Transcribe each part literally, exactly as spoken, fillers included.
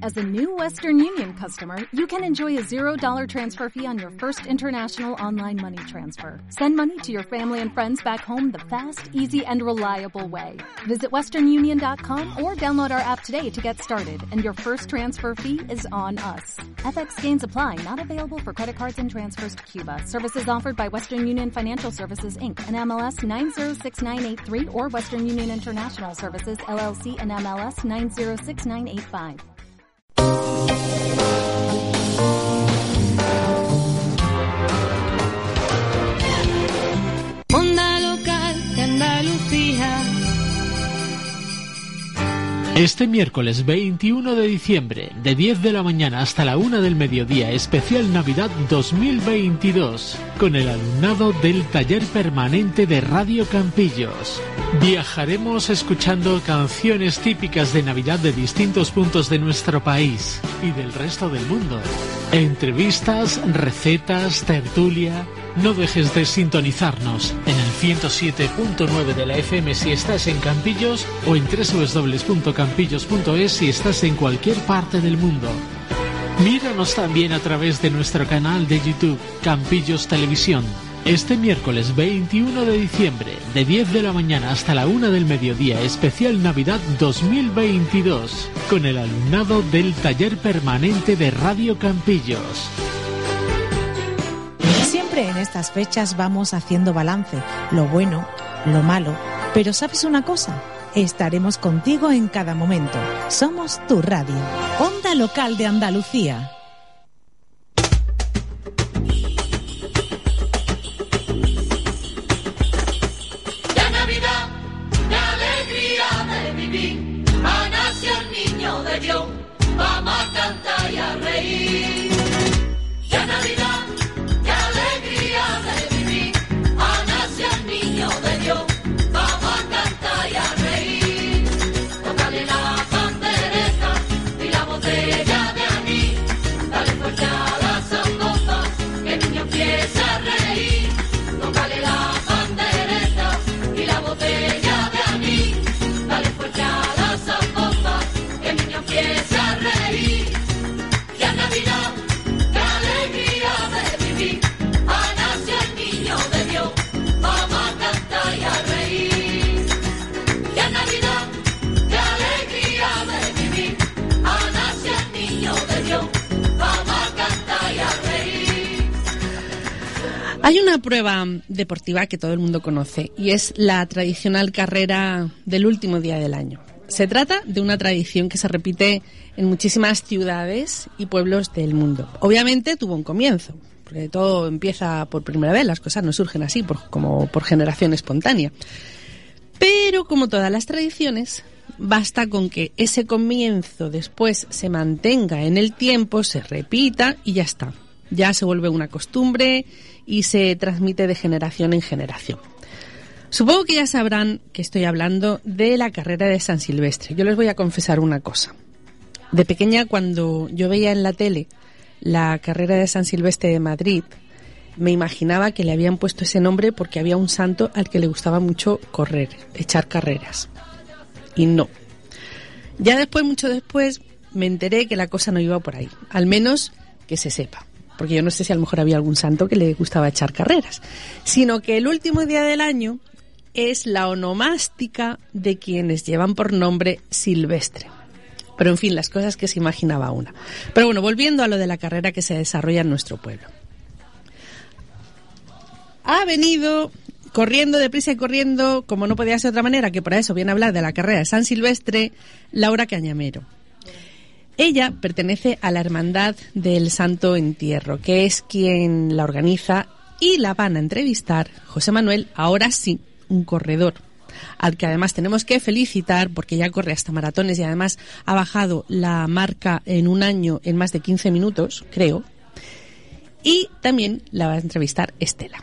As a new Western Union customer, you can enjoy a zero dollar transfer fee on your first international online money transfer. Send money to your family and friends back home the fast, easy, and reliable way. Visit western union dot com or download our app today to get started, and your first transfer fee is on us. F X gains apply, not available for credit cards and transfers to Cuba. Services offered by Western Union Financial Services, Incorporated, and M L S nine zero six nine eight three or Western Union International Services, L L C, and M L S nine zero six nine eight five. Onda local de Andalucía. Este miércoles veintiuno de diciembre, de diez de la mañana hasta la una del mediodía, especial Navidad dos mil veintidós, con el alumnado del Taller Permanente de Radio Campillos. Viajaremos escuchando canciones típicas de Navidad de distintos puntos de nuestro país y del resto del mundo. Entrevistas, recetas, tertulia. No dejes de sintonizarnos en el ciento siete punto nueve de la F M si estás en Campillos o en doble u doble u doble u punto campillos punto es si estás en cualquier parte del mundo. Míranos también a través de nuestro canal de YouTube, Campillos Televisión. Este miércoles veintiuno de diciembre, de diez de la mañana hasta la una del mediodía, especial Navidad dos mil veintidós, con el alumnado del Taller Permanente de Radio Campillos. Siempre en estas fechas vamos haciendo balance, lo bueno, lo malo, pero ¿sabes una cosa? Estaremos contigo en cada momento. Somos tu radio, Onda Local de Andalucía. Ya Navidad, la alegría de vivir, ha nacido el niño de Dios, vamos a cantar y a reír. Ya Navidad. Hay una prueba deportiva que todo el mundo conoce y es la tradicional carrera del último día del año. Se trata de una tradición que se repite en muchísimas ciudades y pueblos del mundo. Obviamente tuvo un comienzo, porque todo empieza por primera vez, las cosas no surgen así por, como por generación espontánea. Pero como todas las tradiciones, basta con que ese comienzo después se mantenga en el tiempo, se repita y ya está. Ya se vuelve una costumbre y se transmite de generación en generación. Supongo que ya sabrán que estoy hablando de la carrera de San Silvestre. Yo les voy a confesar una cosa. De pequeña, cuando yo veía en la tele la carrera de San Silvestre de Madrid, me imaginaba que le habían puesto ese nombre porque había un santo al que le gustaba mucho correr, echar carreras. Y no. Ya después, mucho después, me enteré que la cosa no iba por ahí. Al menos que se sepa. Porque yo no sé si a lo mejor había algún santo que le gustaba echar carreras, sino que el último día del año es la onomástica de quienes llevan por nombre Silvestre. Pero en fin, las cosas que se imaginaba una. Pero bueno, volviendo a lo de la carrera que se desarrolla en nuestro pueblo. Ha venido corriendo, deprisa y corriendo, como no podía ser de otra manera, que para eso viene a hablar de la carrera de San Silvestre, Laura Cañamero. Ella pertenece a la Hermandad del Santo Entierro, que es quien la organiza, y la van a entrevistar José Manuel, ahora sí, un corredor, al que además tenemos que felicitar porque ya corre hasta maratones y además ha bajado la marca en un año en más de quince minutos, creo, y también la va a entrevistar Estela.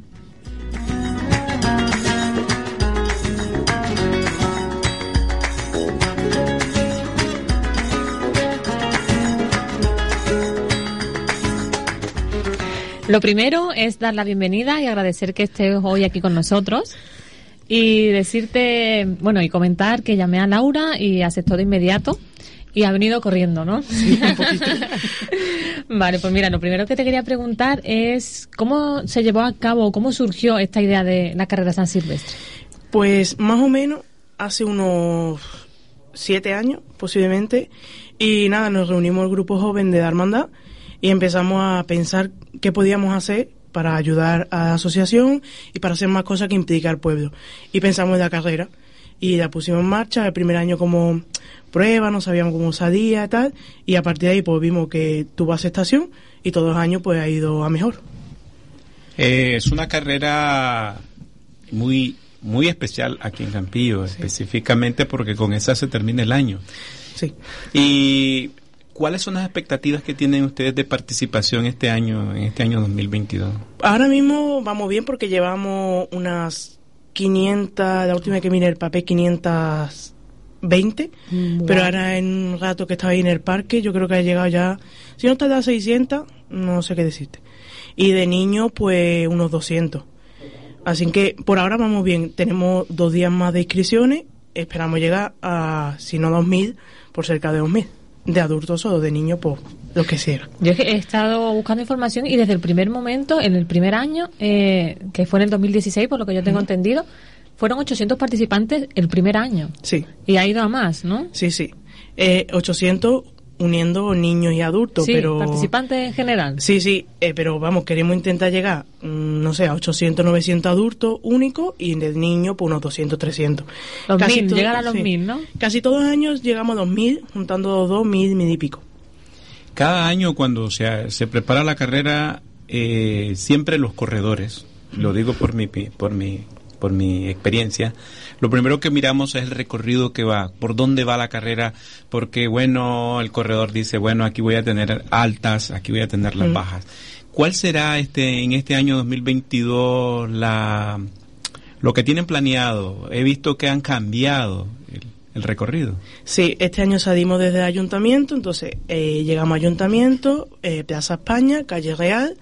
Lo primero es dar la bienvenida y agradecer que estés hoy aquí con nosotros y decirte, bueno, y comentar que llamé a Laura y aceptó de inmediato Y ha venido corriendo, ¿no? Sí, un poquito. Vale, pues mira, lo primero que te quería preguntar es ¿cómo se llevó a cabo, cómo surgió esta idea de la carrera San Silvestre? Pues más o menos hace unos siete años, posiblemente, y nada, nos reunimos el grupo joven de la hermandad y empezamos a pensar qué podíamos hacer para ayudar a la asociación y para hacer más cosas que implica al pueblo. Y pensamos en la carrera y la pusimos en marcha, el primer año como prueba, no sabíamos cómo salía y tal, y a partir de ahí pues vimos que tuvo aceptación y todos los años pues ha ido a mejor. Eh, es una carrera muy muy especial aquí en Campillo, sí. Específicamente porque con esa se termina el año. Sí. ¿Y cuáles son las expectativas que tienen ustedes de participación este año, en este año dos mil veintidós? Ahora mismo vamos bien porque llevamos unas quinientas, la última que miré el papel, quinientas veinte, wow. Pero ahora en un rato que estaba ahí en el parque, yo creo que ha llegado ya, si no está a seiscientas, no sé qué decirte. Y de niños, pues unos doscientos. Así que por ahora vamos bien. Tenemos dos días más de inscripciones. Esperamos llegar a, si no dos mil, por cerca de dos mil. De adultos o de niños, pues lo que sea. Yo he estado buscando información y desde el primer momento, en el primer año, eh, que fue en el dos mil dieciséis, por lo que yo tengo uh-huh. entendido, fueron ochocientos participantes el primer año. Sí. Y ha ido a más, ¿no? Sí, sí. Eh, ochocientos uniendo niños y adultos, sí, pero... participantes en general. Sí, sí, eh, pero vamos, queremos intentar llegar, mmm, no sé, a ochocientos, novecientos adultos únicos y del niño, pues unos doscientos, trescientos. Los Casi mil, todo, llegar a los sí. mil, ¿no? Casi todos los años llegamos a dos mil, juntando dos, mil, mil y pico. Cada año cuando se, se prepara la carrera, eh, siempre los corredores, lo digo por mi, por mi, por mi experiencia, lo primero que miramos es el recorrido que va, por dónde va la carrera, porque bueno, el corredor dice, bueno, aquí voy a tener altas, aquí voy a tener las mm. bajas. ¿Cuál será este en este año dos mil veintidós la lo que tienen planeado? He visto que han cambiado el, el recorrido. Sí, este año salimos desde el ayuntamiento, entonces eh, llegamos a ayuntamiento, eh, Plaza España, calle Real,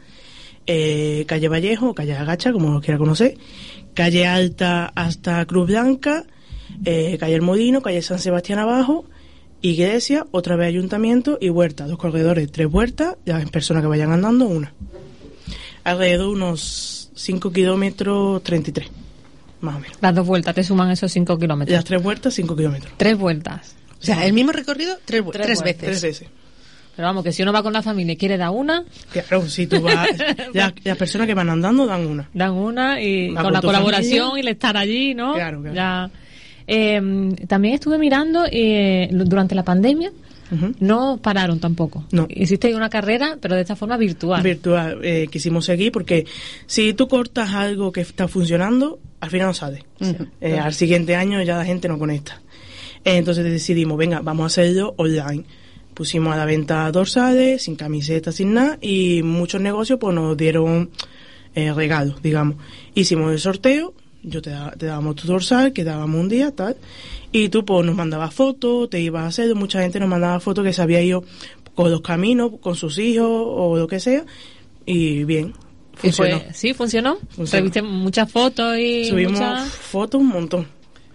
eh, calle Vallejo, calle Agacha, como lo quiera conocer, calle Alta hasta Cruz Blanca, eh, calle El Molino, calle San Sebastián abajo, iglesia, otra vez ayuntamiento y huerta, dos corredores, tres huertas, las personas que vayan andando, una. Alrededor unos cinco kilómetros treinta y tres, más o menos. Las dos vueltas te suman esos cinco kilómetros. Las tres vueltas, cinco kilómetros. Tres vueltas. O sea, el mismo recorrido tres, tres, tres veces. Tres veces. Pero vamos, que si uno va con la familia y quiere dar una... Claro, si tú vas... Las, las personas que van andando dan una. Dan una y va con, con la colaboración familia. Y el estar allí, ¿no? Claro, claro. Ya. Eh, también estuve mirando eh, durante la pandemia, uh-huh. no pararon tampoco. No. Hiciste una carrera, pero de esta forma virtual. Virtual. Eh, quisimos seguir porque si tú cortas algo que está funcionando, al final no sale. Uh-huh. Eh, claro. Al siguiente año ya la gente no conecta. Eh, entonces decidimos, venga, vamos a hacerlo online. Pusimos a la venta dorsales, sin camisetas, sin nada, y muchos negocios pues nos dieron eh, regalos, digamos. Hicimos el sorteo, yo te, da, te dábamos tu dorsal, que dábamos un día, tal, y tú pues nos mandabas fotos, te ibas a hacerlo, mucha gente nos mandaba fotos que se había ido con los caminos, con sus hijos o lo que sea, y bien, funcionó. Fue, sí, funcionó. funcionó. Reviste muchas fotos y subimos muchas... fotos un montón.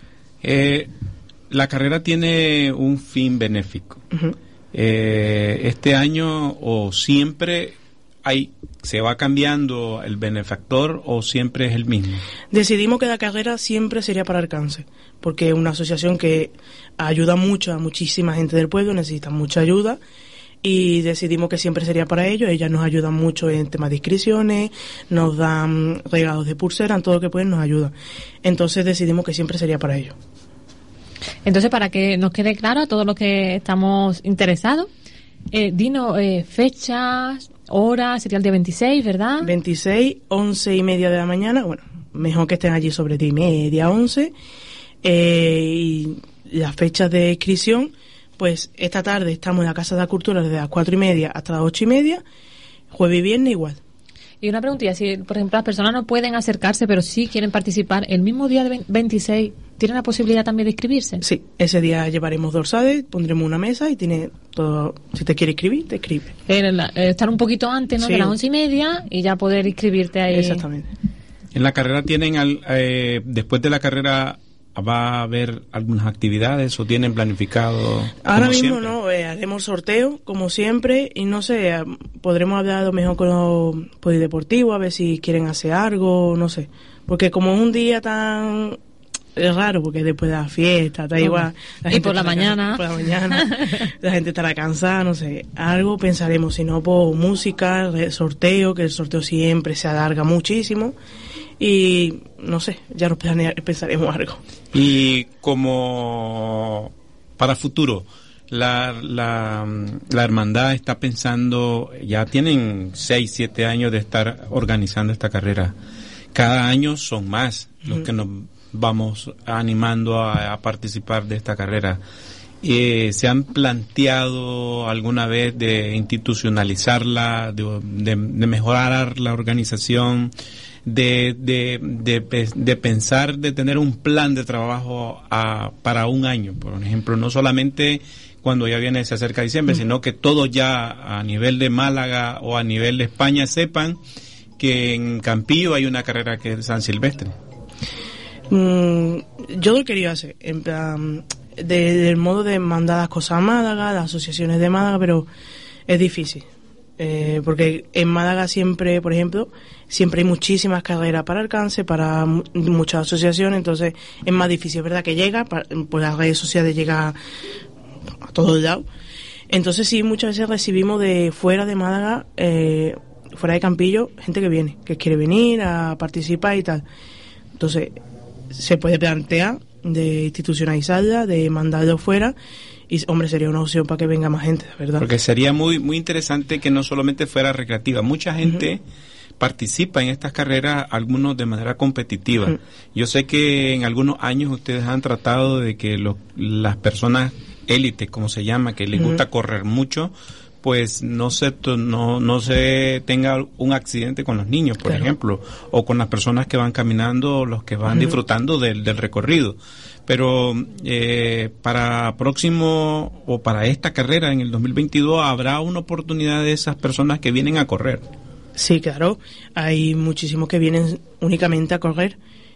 Eh, la carrera tiene un fin benéfico. Uh-huh. Eh, este año o siempre hay se va cambiando el benefactor o siempre es el mismo. Decidimos que la carrera siempre sería para el cáncer, porque es una asociación que ayuda mucho a muchísima gente del pueblo, necesita mucha ayuda y decidimos que siempre sería para ellos. Ellas nos ayudan mucho en temas de inscripciones, nos dan regalos de pulsera, en todo lo que pueden nos ayudan. Entonces decidimos que siempre sería para ellos. Entonces, para que nos quede claro a todos los que estamos interesados, eh, dinos eh, fechas, horas, sería el día veintiséis, ¿verdad? veintiséis, once y media de la mañana, bueno, mejor que estén allí sobre diez y media, once, eh, y las fechas de inscripción, pues esta tarde estamos en la Casa de la Cultura desde las cuatro y media hasta las ocho y media, jueves y viernes igual. Y una preguntilla, si por ejemplo las personas no pueden acercarse, pero sí quieren participar, ¿el mismo día de veintiséis tienen la posibilidad también de inscribirse? Sí, ese día llevaremos dorsales, pondremos una mesa y tiene todo, si te quiere inscribir, te escribe. Eh, estar un poquito antes, ¿no? Sí. De las once y media y ya poder inscribirte ahí. Exactamente. En la carrera tienen, al, eh, después de la carrera, va a haber algunas actividades o tienen planificado? Ahora mismo siempre? no, eh, haremos sorteo como siempre y no sé, eh, podremos hablar a lo mejor con los polideportivos a ver si quieren hacer algo, no sé, porque como es un día tan es raro, porque después de la fiesta está igual la y por la mañana por la mañana la gente estará cansada, no sé, algo pensaremos, si no por música, sorteo, que el sorteo siempre se alarga muchísimo. Y no sé, ya nos planea, pensaremos algo. Y como para futuro, la, la, la hermandad está pensando, ya tienen seis, siete años de estar organizando esta carrera. Cada año son más los uh-huh. que nos vamos animando a, a participar de esta carrera. Eh, ¿Se han planteado alguna vez de institucionalizarla, de, de, de mejorar la organización? De, de, de, de pensar, de tener un plan de trabajo a, para un año, por ejemplo, no solamente cuando ya viene, se acerca diciembre, mm. sino que todos ya a nivel de Málaga o a nivel de España sepan que en Campillo hay una carrera que es San Silvestre. Mm, yo lo quería hacer, en plan, de, del modo de mandar las cosas a Málaga, las asociaciones de Málaga, pero es difícil. Eh, porque en Málaga siempre, por ejemplo, siempre hay muchísimas carreras para alcance, para m- muchas asociaciones, entonces es más difícil, es verdad que llega, para, por las redes sociales llega a todos lados. Entonces sí, muchas veces recibimos de fuera de Málaga, eh, fuera de Campillo, gente que viene, que quiere venir a participar y tal. Entonces se puede plantear de institucionalizarla, de mandarlo fuera. Y, hombre, sería una opción para que venga más gente, ¿verdad? Porque sería muy muy interesante que no solamente fuera recreativa. Mucha gente uh-huh. participa en estas carreras, algunos de manera competitiva. Uh-huh. Yo sé que en algunos años ustedes han tratado de que lo, las personas élites, como se llama, que les uh-huh. gusta correr mucho, pues no se no no se tenga un accidente con los niños, por claro. ejemplo, o con las personas que van caminando, los que van uh-huh. disfrutando del, del recorrido. Pero eh, para próximo o para esta carrera en el dos mil veintidós habrá una oportunidad de esas personas que vienen a correr. Sí, claro, hay muchísimos que vienen únicamente a correr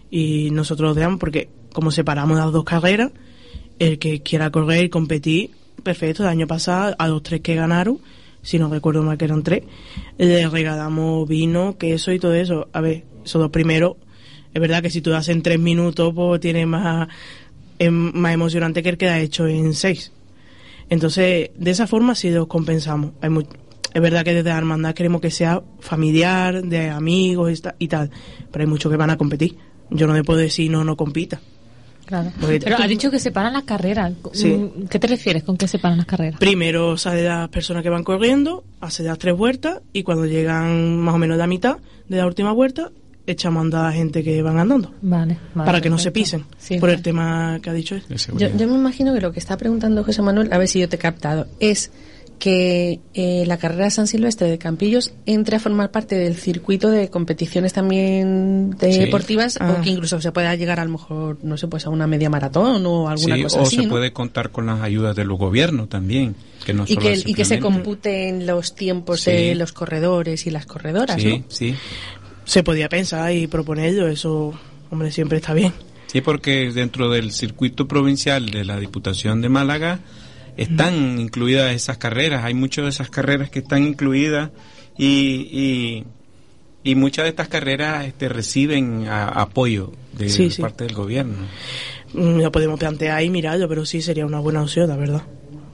y nosotros los dejamos porque como separamos las dos carreras, el que quiera correr y competir, perfecto. El año pasado a los tres que ganaron, si no recuerdo mal que eran tres, les regalamos vino, queso y todo eso. A ver, esos dos primeros, es verdad que si tú das en tres minutos, pues tiene más, es más emocionante que el que ha hecho en seis. Entonces, de esa forma sí los compensamos. Hay muy, es verdad que desde la hermandad queremos que sea familiar, de amigos y, esta, y tal, pero hay muchos que van a competir. Yo no me puedo decir no, no compita. Claro. Porque pero tú, has dicho que separan las carreras. Sí. ¿Qué te refieres con que separan las carreras? Primero sale las personas que van corriendo, hace las tres vueltas y cuando llegan más o menos a la mitad de la última vuelta, echamos a andar a gente que van andando. Vale, vale, para que perfecto. No se pisen, sí, por vale. El tema que ha dicho él. Yo, yo me imagino que lo que está preguntando José Manuel, a ver si yo te he captado, es que eh, la carrera San Silvestre de Campillos entre a formar parte del circuito de competiciones también de sí. deportivas ah. o que incluso se pueda llegar a lo mejor, no sé, pues a una media maratón o alguna sí, cosa o así, se ¿no? puede contar con las ayudas de los gobiernos también. Que no y, que, y que se complementen. computen los tiempos sí. de los corredores y las corredoras, sí, ¿no? Sí, se podía pensar y proponerlo, eso, hombre, siempre está bien. Sí, porque dentro del circuito provincial de la Diputación de Málaga están mm. incluidas esas carreras, hay muchas de esas carreras que están incluidas y, y, y muchas de estas carreras este, reciben a, apoyo de, sí, de sí. parte del gobierno. Lo podemos plantear y mirarlo, pero sí sería una buena opción, la verdad.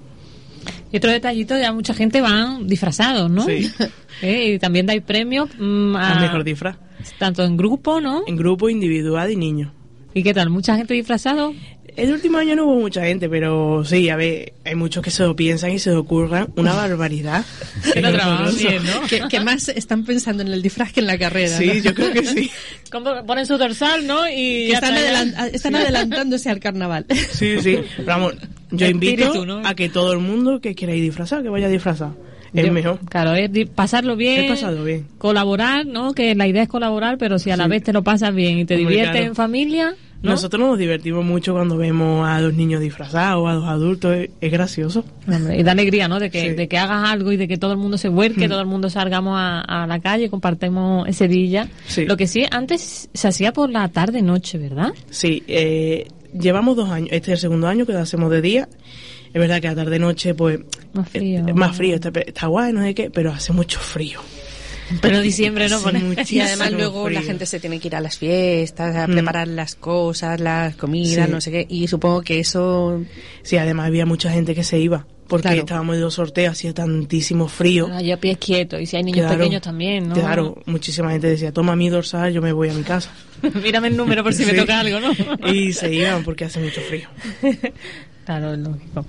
Y otro detallito, ya mucha gente van disfrazados, ¿no? Sí. ¿Eh? Y también dais premios mm, a... al mejor disfraz. Tanto en grupo, ¿no? En grupo, individual y niño. ¿Y qué tal? ¿Mucha gente disfrazado? El último año no hubo mucha gente, pero sí, a ver, hay muchos que se lo piensan y se lo ocurran una barbaridad. Que no trabajan bien, ¿no? Que, que más están pensando en el disfraz que en la carrera, sí, ¿no? Yo creo que sí. Como ponen su dorsal, ¿no? Y que están, adelant- están adelantándose al carnaval. Sí, sí. Pero vamos, yo el invito espíritu, ¿no? a que todo el mundo que quiera ir disfrazado, que vaya a disfrazar. Es Yo, mejor. Claro, es di- pasarlo bien, Es pasarlo bien. Colaborar, ¿no? Que la idea es colaborar, pero si a la Sí. vez te lo pasas bien y te Hombre, diviertes claro. en familia, ¿no? Nosotros nos divertimos mucho cuando vemos a los niños disfrazados, a los adultos, es, es gracioso. Hombre, y da alegría, ¿no? De que, Sí. de que hagas algo y de que todo el mundo se vuelque, Mm. todo el mundo salgamos a, a la calle, compartemos ese día. Sí. Lo que sí, antes se hacía por la tarde-noche, ¿verdad? Sí, eh, llevamos dos años, este es el segundo año que lo hacemos de día. Es verdad que a tarde-noche, pues, Más frío. es más frío, está, está guay, no sé qué, pero hace mucho frío. Pero diciembre no Hace pone. Y además muchísimo luego la frío. gente se tiene que ir a las fiestas, a Mm. preparar las cosas, las comidas, Sí. no sé qué. Y supongo que eso... Sí, además había mucha gente que se iba, porque Claro. estábamos en los sorteos, hacía tantísimo frío. Allá pies quietos. Y si hay niños Claro, pequeños también, ¿no? Claro, muchísima gente decía, toma mi dorsal, yo me voy a mi casa. Mírame el número por si me Sí. toca algo, ¿no? Y se iban porque hace mucho frío. Claro, es lógico.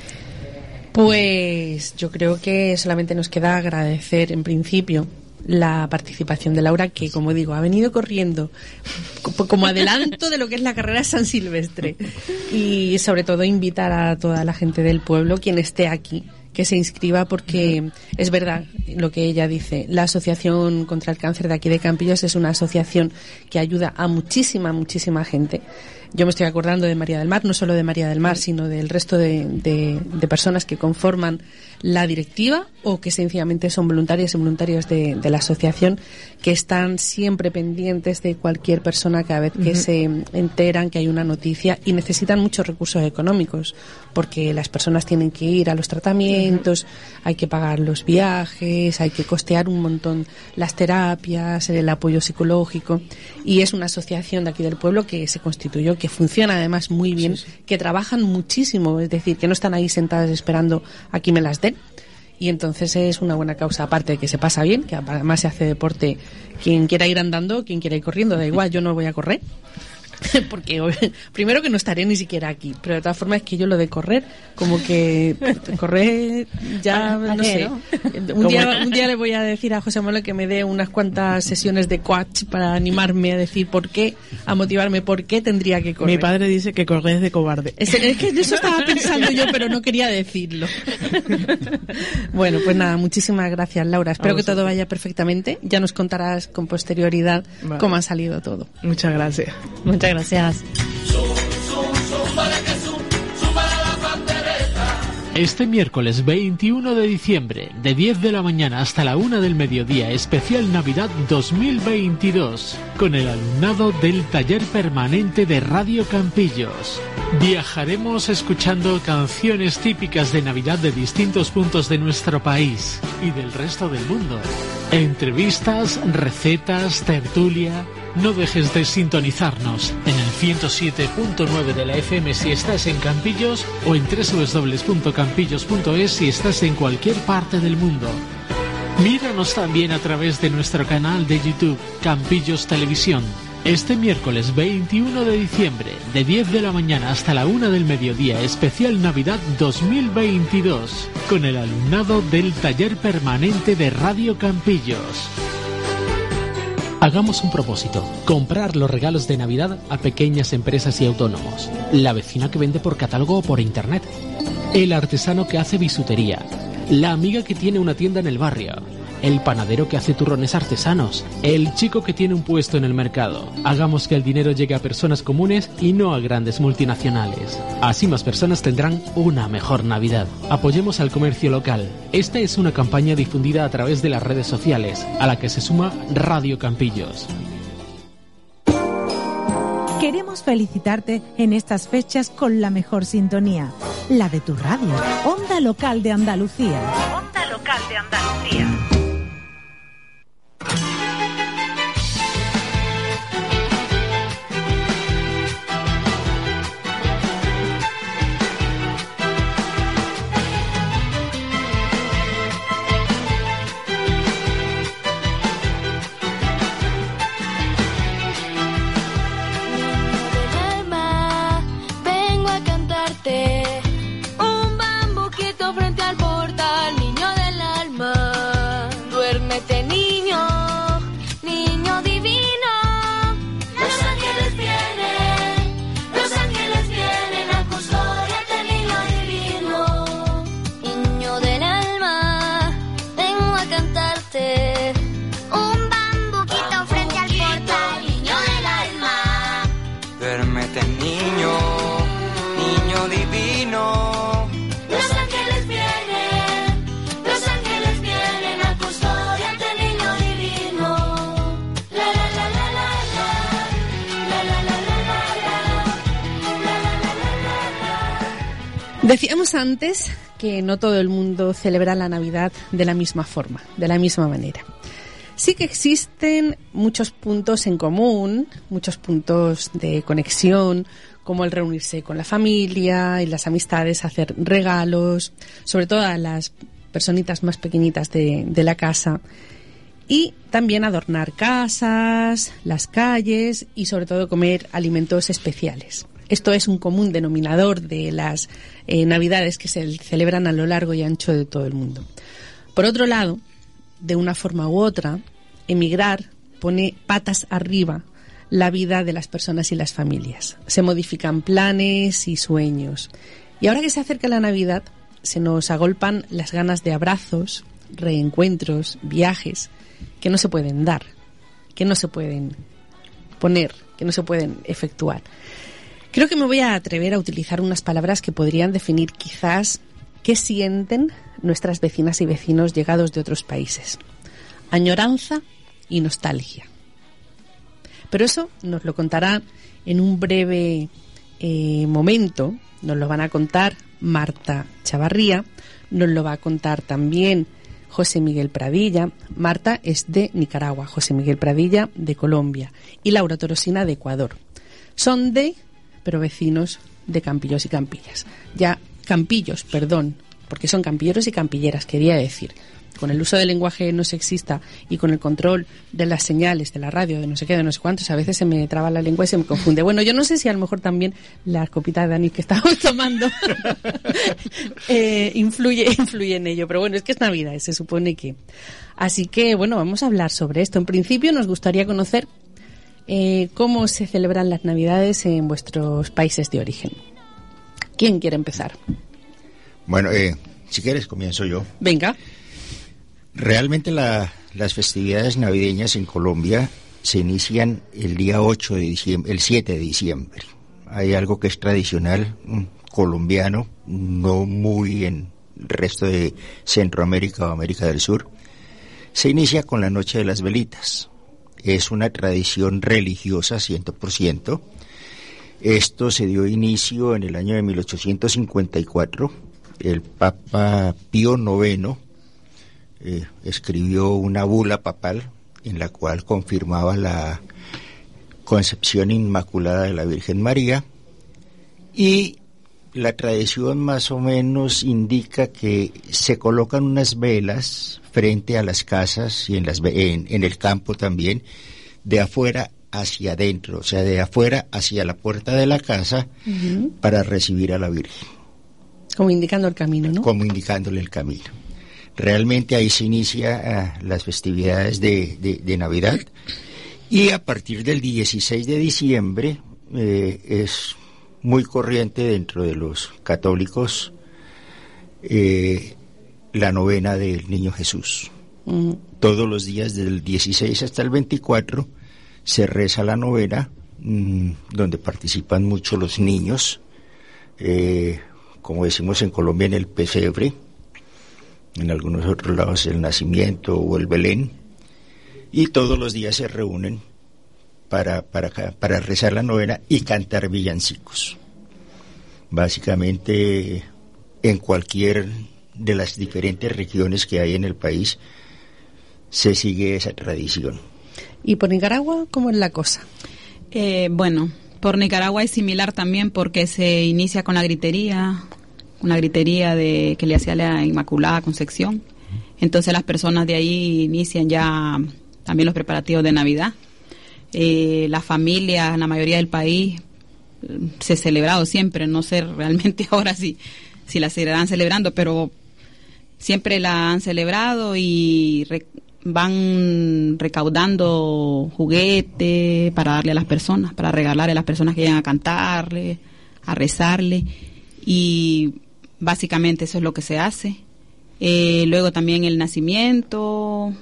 Pues yo creo que solamente nos queda agradecer en principio la participación de Laura, que como digo, ha venido corriendo co- como adelanto de lo que es la carrera San Silvestre, y sobre todo invitar a toda la gente del pueblo, quien esté aquí, que se inscriba, porque es verdad lo que ella dice. La Asociación contra el Cáncer de aquí de Campillos es una asociación que ayuda a muchísima, muchísima gente. Yo me estoy acordando de María del Mar, no solo de María del Mar, sino del resto de, de, de personas que conforman la directiva o que sencillamente son voluntarias y voluntarios de, de la asociación, que están siempre pendientes de cualquier persona cada vez que Ujú. se enteran que hay una noticia, y necesitan muchos recursos económicos, porque las personas tienen que ir a los tratamientos, hay que pagar los viajes, hay que costear un montón las terapias, el apoyo psicológico, y es una asociación de aquí del pueblo que se constituyó, que funciona además muy bien, Sí, sí. que trabajan muchísimo, es decir, que no están ahí sentadas esperando a que me las den. Y entonces es una buena causa, aparte de que se pasa bien, que además se hace deporte, quien quiera ir andando, quien quiera ir corriendo, da igual, yo no voy a correr, porque hoy- primero que no estaré ni siquiera aquí, pero de todas formas es que yo lo de correr, como que correr ya, ¿Para no qué, sé, no? un día, un día le voy a decir a José Manuel que me dé unas cuantas sesiones de coach para animarme a decir por qué, a motivarme por qué tendría que correr. Mi padre dice que correr es de cobarde. Es, es que de eso estaba pensando yo, pero no quería decirlo. Bueno, pues nada, muchísimas gracias, Laura. Espero A que todo vosotros. vaya perfectamente. Ya nos contarás con posterioridad Vale. cómo ha salido todo. Muchas gracias. Muchas gracias. Este miércoles veintiuno de diciembre, de diez de la mañana hasta la una del mediodía, especial Navidad dos mil veintidós, con el alumnado del Taller Permanente de Radio Campillos. Viajaremos escuchando canciones típicas de Navidad de distintos puntos de nuestro país y del resto del mundo. Entrevistas, recetas, tertulia. No dejes de sintonizarnos en el ciento siete punto nueve de la F M si estás en Campillos, o en doble u doble u doble u punto campillos punto es si estás en cualquier parte del mundo. Míranos también a través de nuestro canal de YouTube, Campillos Televisión. Este miércoles veintiuno de diciembre, de diez de la mañana hasta la una del mediodía, especial Navidad dos mil veintidós, con el alumnado del Taller Permanente de Radio Campillos. Hagamos un propósito, comprar los regalos de Navidad a pequeñas empresas y autónomos, la vecina que vende por catálogo o por internet, el artesano que hace bisutería, la amiga que tiene una tienda en el barrio, el panadero que hace turrones artesanos, el chico que tiene un puesto en el mercado. Hagamos que el dinero llegue a personas comunes y no a grandes multinacionales. Así más personas tendrán una mejor Navidad. Apoyemos al comercio local. Esta es una campaña difundida a través de las redes sociales, a la que se suma Radio Campillos. Queremos felicitarte en estas fechas con la mejor sintonía, la de tu radio, Onda Local de Andalucía. Onda Local de Andalucía. Vengo a cantarte un bambuquito frente al portal, niño del alma. Decíamos antes que no todo el mundo celebra la Navidad de la misma forma, de la misma manera. Sí que existen muchos puntos en común, muchos puntos de conexión, como el reunirse con la familia y las amistades, hacer regalos, sobre todo a las personitas más pequeñitas de, de la casa, y también adornar casas, las calles y sobre todo comer alimentos especiales. Esto es un común denominador de las eh, Navidades que se celebran a lo largo y ancho de todo el mundo. Por otro lado, de una forma u otra, emigrar pone patas arriba la vida de las personas y las familias. Se modifican planes y sueños. Y ahora que se acerca la Navidad, se nos agolpan las ganas de abrazos, reencuentros, viajes, que no se pueden dar, que no se pueden poner, que no se pueden efectuar. Creo que me voy a atrever a utilizar unas palabras que podrían definir quizás qué sienten nuestras vecinas y vecinos llegados de otros países. Añoranza y nostalgia. Pero eso nos lo contará en un breve eh, momento. Nos lo van a contar Marta Chavarría, nos lo va a contar también José Miguel Pradilla. Marta es de Nicaragua, José Miguel Pradilla de Colombia y Laura Torosina de Ecuador. Son de, pero vecinos de Campillos y Campillas. Ya, Campillos, perdón, porque son campilleros y campilleras, quería decir. Con el uso del lenguaje no sexista y con el control de las señales de la radio, de no sé qué, de no sé cuántos, a veces se me traba la lengua y se me confunde. Bueno, yo no sé si a lo mejor también las copitas de anís que estamos tomando eh, influye, influye en ello. Pero bueno, es que es Navidad, se supone que. Así que, bueno, vamos a hablar sobre esto. En principio nos gustaría conocer eh, cómo se celebran las Navidades en vuestros países de origen. ¿Quién quiere empezar? Bueno, eh, si quieres comienzo yo. Venga. Realmente la, las festividades navideñas en Colombia se inician el día ocho de diciembre, el siete de diciembre. Hay algo que es tradicional um, colombiano, no muy en el resto de Centroamérica o América del Sur. Se inicia con la Noche de las Velitas. Es una tradición religiosa cien por ciento. Esto se dio inicio en el año de mil ochocientos cincuenta y cuatro. El Papa Pío noveno Eh, escribió una bula papal en la cual confirmaba la concepción inmaculada de la Virgen María, y la tradición más o menos indica que se colocan unas velas frente a las casas y en, las, en, en el campo también, de afuera hacia adentro, o sea, de afuera hacia la puerta de la casa, uh-huh, para recibir a la Virgen. Como indicando el camino, ¿no? Como indicándole el camino. Realmente ahí se inicia uh, las festividades de, de, de Navidad, y a partir del dieciséis de diciembre eh, es muy corriente dentro de los católicos eh, la novena del Niño Jesús. Uh-huh. Todos los días del dieciséis hasta el veinticuatro se reza la novena, mmm, donde participan mucho los niños, eh, como decimos en Colombia, en el pesebre. En algunos otros lados el nacimiento o el Belén, y todos los días se reúnen para, para, para rezar la novena y cantar villancicos. Básicamente en cualquier de las diferentes regiones que hay en el país se sigue esa tradición. ¿Y por Nicaragua cómo es la cosa? Eh, bueno, por Nicaragua es similar también, porque se inicia con la gritería, una gritería de que le hacía la Inmaculada Concepción. Entonces las personas de ahí inician ya también los preparativos de Navidad. Eh, las familias, la mayoría del país, se ha celebrado siempre, no sé realmente ahora si, si la seguirán celebrando, pero siempre la han celebrado y re, van recaudando juguetes para darle a las personas, para regalarle a las personas que llegan a cantarle, a rezarle, y básicamente eso es lo que se hace. Eh, luego también el nacimiento,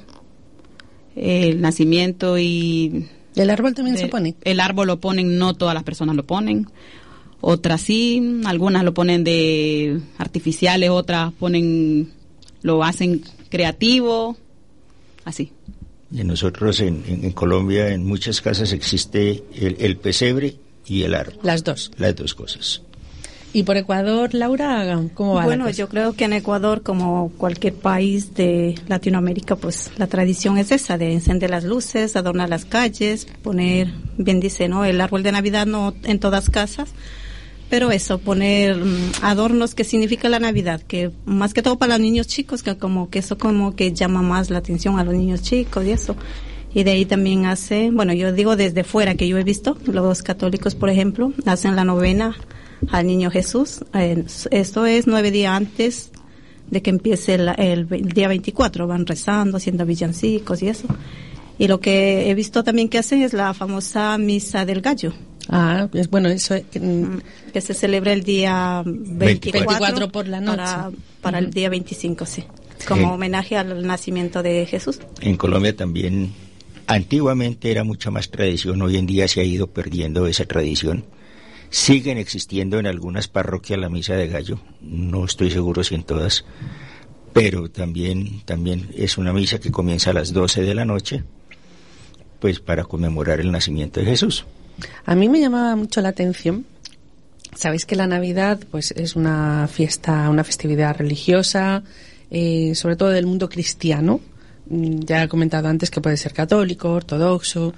el nacimiento y... ¿El árbol también de, se pone? El árbol lo ponen, no todas las personas lo ponen. Otras sí, algunas lo ponen de artificiales, otras ponen, lo hacen creativo, así. Y nosotros en, en, en Colombia, en muchas casas existe el, el pesebre y el árbol. Las dos. Las dos cosas. ¿Y por Ecuador, Laura, cómo va Bueno, la cosa? yo creo que en Ecuador, como cualquier país de Latinoamérica, pues la tradición es esa, de encender las luces, adornar las calles, poner, bien dice, ¿no? El árbol de Navidad no en todas casas, pero eso, poner um, adornos que significa la Navidad, que más que todo para los niños chicos, que como que eso como que llama más la atención a los niños chicos y eso. Y de ahí también hace, bueno, yo digo desde fuera que yo he visto, los católicos, por ejemplo, hacen la novena al Niño Jesús. Eh, esto es nueve días antes de que empiece el, el, el día veinticuatro. Van rezando, haciendo villancicos y eso. Y lo que he visto también que hacen es la famosa Misa del Gallo. Ah, es bueno, eso es, que, que se celebra el día veinticuatro, veinticuatro por la noche. Para, para uh-huh. el día veinticinco, sí. Como Sí. homenaje al nacimiento de Jesús. En Colombia también, antiguamente era mucha más tradición, hoy en día se ha ido perdiendo esa tradición. Siguen existiendo en algunas parroquias la misa de gallo, no estoy seguro si en todas, pero también, también es una misa que comienza a las doce de la noche, pues para conmemorar el nacimiento de Jesús. A mí me llamaba mucho la atención. Sabéis que la Navidad pues es una fiesta, una festividad religiosa, eh, sobre todo del mundo cristiano. Ya he comentado antes que puede ser católico, ortodoxo.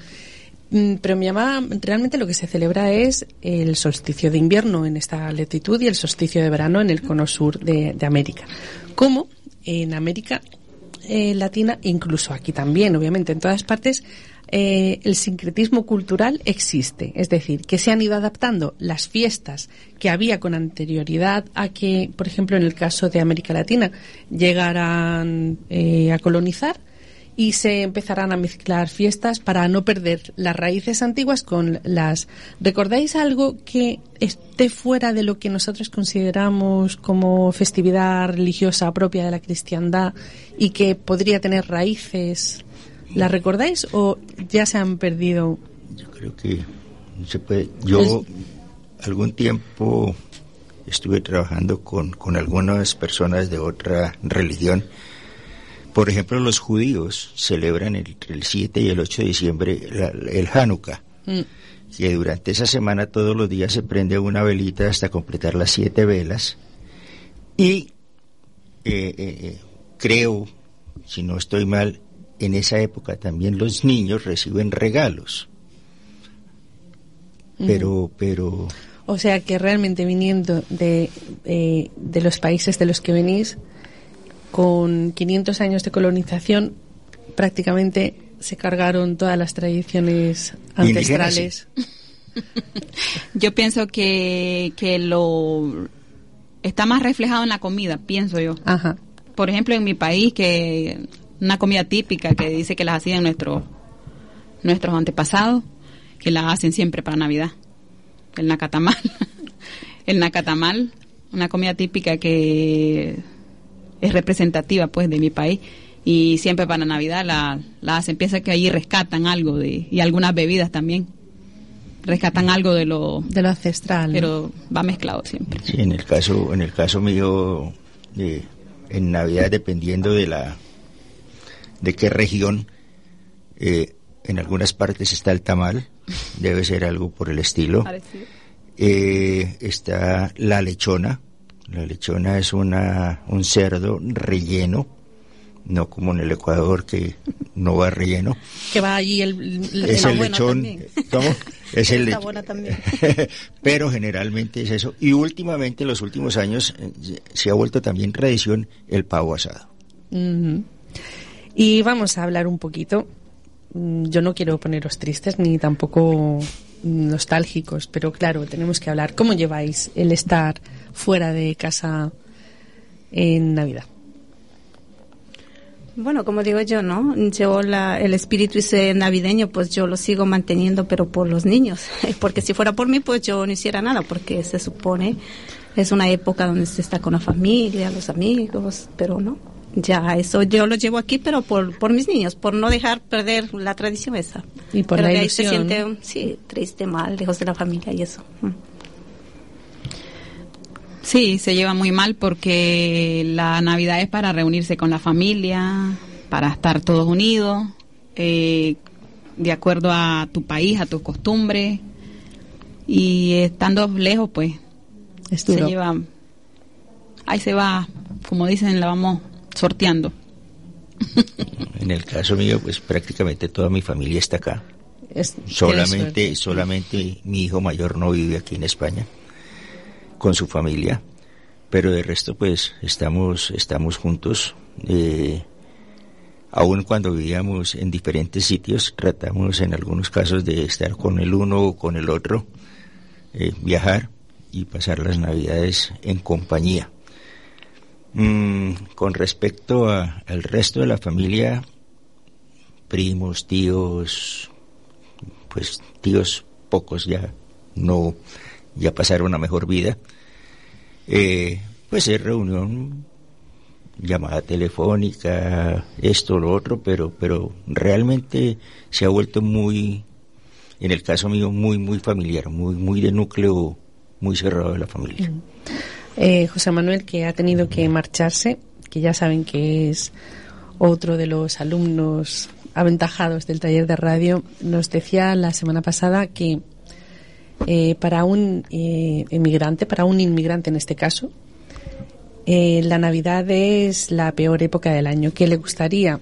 Pero me llamaba, realmente lo que se celebra es el solsticio de invierno en esta latitud y el solsticio de verano en el cono sur de, de América. Como en América eh, Latina, incluso aquí también, obviamente, en todas partes, eh, el sincretismo cultural existe. Es decir, que se han ido adaptando las fiestas que había con anterioridad a que, por ejemplo, en el caso de América Latina, llegaran eh, a colonizar, y se empezarán a mezclar fiestas para no perder las raíces antiguas con las... ¿Recordáis algo que esté fuera de lo que nosotros consideramos como festividad religiosa propia de la cristiandad y que podría tener raíces? ¿La recordáis o ya se han perdido? Yo creo que se puede. Yo es... algún tiempo estuve trabajando con, con algunas personas de otra religión. Por ejemplo, los judíos celebran entre el siete y el ocho de diciembre la, el Hanukkah, mm. que durante esa semana todos los días se prende una velita hasta completar las siete velas. Y eh, eh, creo, si no estoy mal, en esa época también los niños reciben regalos. Pero, mm. pero... O sea que realmente viniendo de, eh, de los países de los que venís, con quinientos años de colonización, prácticamente se cargaron todas las tradiciones ancestrales. Yo pienso que, que lo está más reflejado en la comida, pienso yo. Ajá. Por ejemplo, en mi país, que una comida típica que dice que las hacían nuestros nuestros antepasados, que las hacen siempre para Navidad. El nacatamal. El nacatamal, una comida típica que es representativa pues de mi país y siempre para Navidad la, la hacen. Piensa que ahí rescatan algo de, y algunas bebidas también rescatan algo de lo de lo ancestral, pero ¿no? Va mezclado siempre. Sí, en el caso en el caso mío eh, en Navidad, dependiendo de la de qué región, eh, en algunas partes está el tamal, debe ser algo por el estilo. Eh, está la lechona. La lechona es una un cerdo relleno, no como en el Ecuador que no va relleno. Que va allí el, el es el lechón, ¿cómo? Es el está buena también. Pero generalmente es eso. Y últimamente, en los últimos años, eh, se ha vuelto también tradición el pavo asado. Uh-huh. Y vamos a hablar un poquito. Yo no quiero poneros tristes ni tampoco nostálgicos, pero claro, tenemos que hablar. ¿Cómo lleváis el estar fuera de casa en Navidad? Bueno, como digo yo, ¿no? Yo la, el espíritu ese navideño, pues yo lo sigo manteniendo, pero por los niños. Porque si fuera por mí, pues yo no hiciera nada, porque se supone es una época donde se está con la familia, los amigos, pero no. Ya, eso yo lo llevo aquí, pero por por mis niños, por no dejar perder la tradición esa. Y por pero la de ahí ilusión, se siente, ¿no? sí, triste, mal, lejos de la familia y eso. Sí, se lleva muy mal porque la Navidad es para reunirse con la familia, para estar todos unidos, eh, de acuerdo a tu país, a tus costumbres, y estando lejos, pues Es se duro. lleva, ahí se va, como dicen, la vamos sorteando. En el caso mío, pues prácticamente toda mi familia está acá. Es, solamente, solamente mi hijo mayor no vive aquí en España con su familia, pero de resto pues estamos, estamos juntos. Eh, aun cuando vivíamos en diferentes sitios, tratamos en algunos casos de estar con el uno o con el otro, eh, viajar y pasar las Navidades en compañía. Mm, con respecto a, al resto de la familia, primos, tíos, pues tíos pocos ya no, ya pasaron a mejor vida, eh, pues es reunión, llamada telefónica, esto, lo otro, pero, pero realmente se ha vuelto muy, en el caso mío, muy, muy familiar, muy, muy de núcleo, muy cerrado de la familia. Mm. Eh, José Manuel, que ha tenido que marcharse, que ya saben que es otro de los alumnos aventajados del taller de radio, nos decía la semana pasada que eh, para un eh, emigrante, para un inmigrante en este caso, eh, la Navidad es la peor época del año, que le gustaría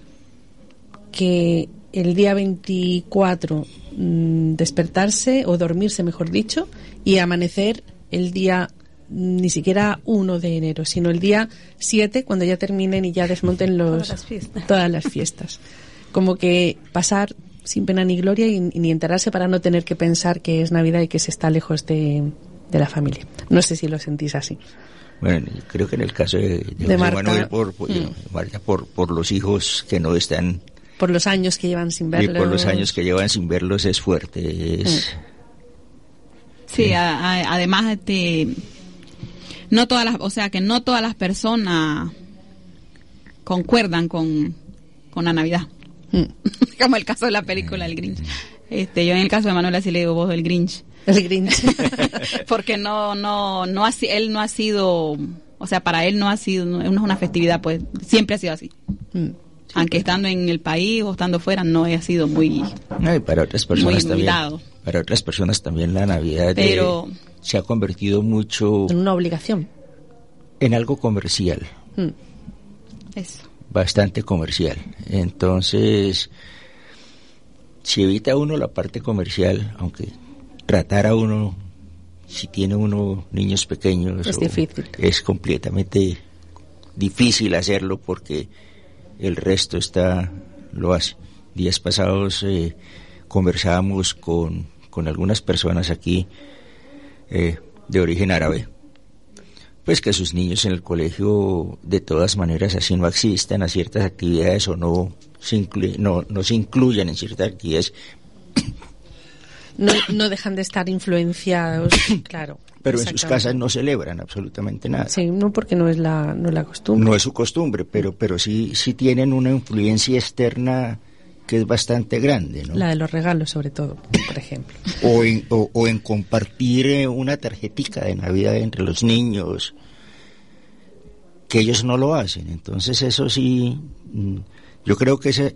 que el día veinticuatro mmm, despertarse o dormirse, mejor dicho, y amanecer el día ni siquiera uno de enero, sino el día siete, cuando ya terminen y ya desmonten los, todas las fiestas. Todas las fiestas. Como que pasar sin pena ni gloria y, y ni enterarse para no tener que pensar que es Navidad y que se está lejos de, de la familia. No sé si lo sentís así. Bueno, creo que en el caso de, de, de Marta, Manuel, por, por, mm. Marta, por, por los hijos que no están... Por los años que llevan sin verlos. Y por los años que llevan sin verlos es fuerte. Es, mm. Sí, sí. A, a, además, este, no todas las, o sea, que no todas las personas concuerdan con, con la Navidad. Mm. Como el caso de la película El Grinch. Este, yo en el caso de Manuel así le digo, vos del Grinch. El Grinch. Porque no, no, no ha, él no ha sido, o sea, para él no ha sido, no es una festividad, pues, siempre ha sido así. Mm. Sí, aunque pues, estando en el país o estando fuera, no ha sido muy, no, y para otras personas también, dado. Para otras personas también la Navidad Pero, de, se ha convertido mucho en una obligación, en algo comercial. Mm. Eso. Bastante comercial. Entonces, si evita uno la parte comercial, aunque tratar a uno, si tiene uno niños pequeños, es difícil. Es completamente difícil hacerlo porque el resto está lo hace. Días pasados eh, conversábamos con, con algunas personas aquí eh, de origen árabe, pues que sus niños en el colegio de todas maneras así no asistan a ciertas actividades o no se, incluye, no, no se incluyan en ciertas actividades. No, no dejan de estar influenciados, claro. Pero en sus casas no celebran absolutamente nada. Sí, no porque no es la, no es la costumbre. No es su costumbre, pero, pero sí, sí tienen una influencia externa que es bastante grande, ¿no? La de los regalos, sobre todo, por ejemplo. O en, o, o en compartir una tarjetica de Navidad entre los niños, que ellos no lo hacen. Entonces eso sí, yo creo que ese,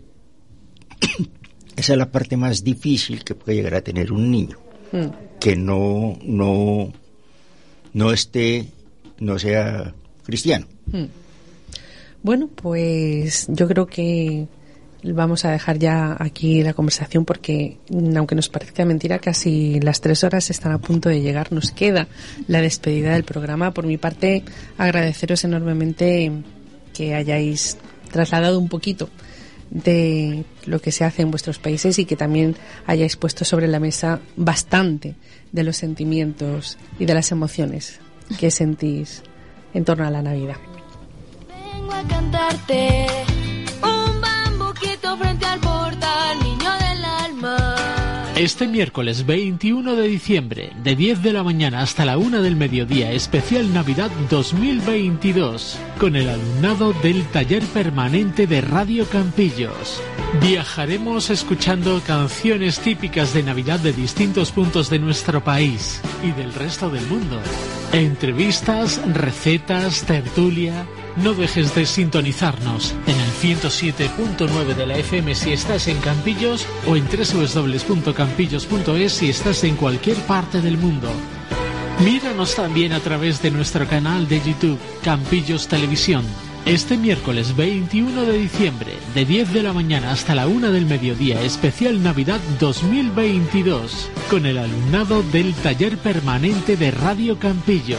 esa es la parte más difícil que puede llegar a tener un niño, mm. que no, no, no esté, no sea cristiano. Mm. Bueno, pues yo creo que vamos a dejar ya aquí la conversación porque, aunque nos parezca mentira, casi las tres horas están a punto de llegar. Nos queda la despedida del programa. Por mi parte, agradeceros enormemente que hayáis trasladado un poquito de lo que se hace en vuestros países y que también hayáis puesto sobre la mesa bastante de los sentimientos y de las emociones que sentís en torno a la Navidad. Vengo a cantarte un bambuquito frente al portal, niño del alma. Este miércoles veintiuno de diciembre, de diez de la mañana hasta la una del mediodía, especial Navidad dos mil veintidós, con el alumnado del Taller Permanente de Radio Campillos. Viajaremos escuchando canciones típicas de Navidad de distintos puntos de nuestro país y del resto del mundo. Entrevistas, recetas, tertulia. No dejes de sintonizarnos en el ciento siete punto nueve de la F M si estás en Campillos o en doble u doble u doble u punto campillos punto es si estás en cualquier parte del mundo. Míranos también a través de nuestro canal de YouTube, Campillos Televisión. Este miércoles veintiuno de diciembre, de diez de la mañana hasta la una del mediodía, especial Navidad dos mil veintidós, con el alumnado del Taller Permanente de Radio Campillos.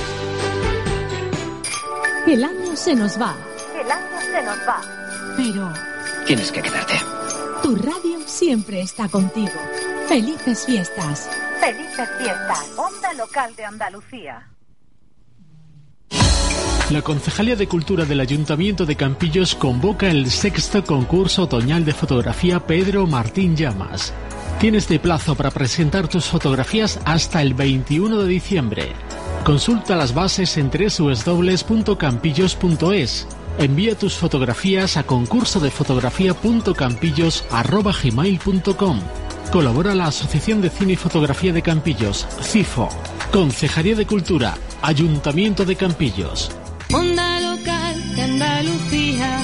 El año se nos va. El año se nos va. Pero tienes que quedarte. Tu radio siempre está contigo. Felices fiestas. Felices fiestas. Onda Local de Andalucía. La Concejalía de Cultura del Ayuntamiento de Campillos convoca el sexto concurso otoñal de fotografía Pedro Martín Llamas. Tienes de plazo para presentar tus fotografías hasta el veintiuno de diciembre. Consulta las bases en doble u doble u doble u punto campillos punto es. Envía tus fotografías a concurso de fotografía punto campillos arroba gmail punto com. Colabora la Asociación de Cine y Fotografía de Campillos, CIFO. Concejalía de Cultura, Ayuntamiento de Campillos. Onda Local de Andalucía.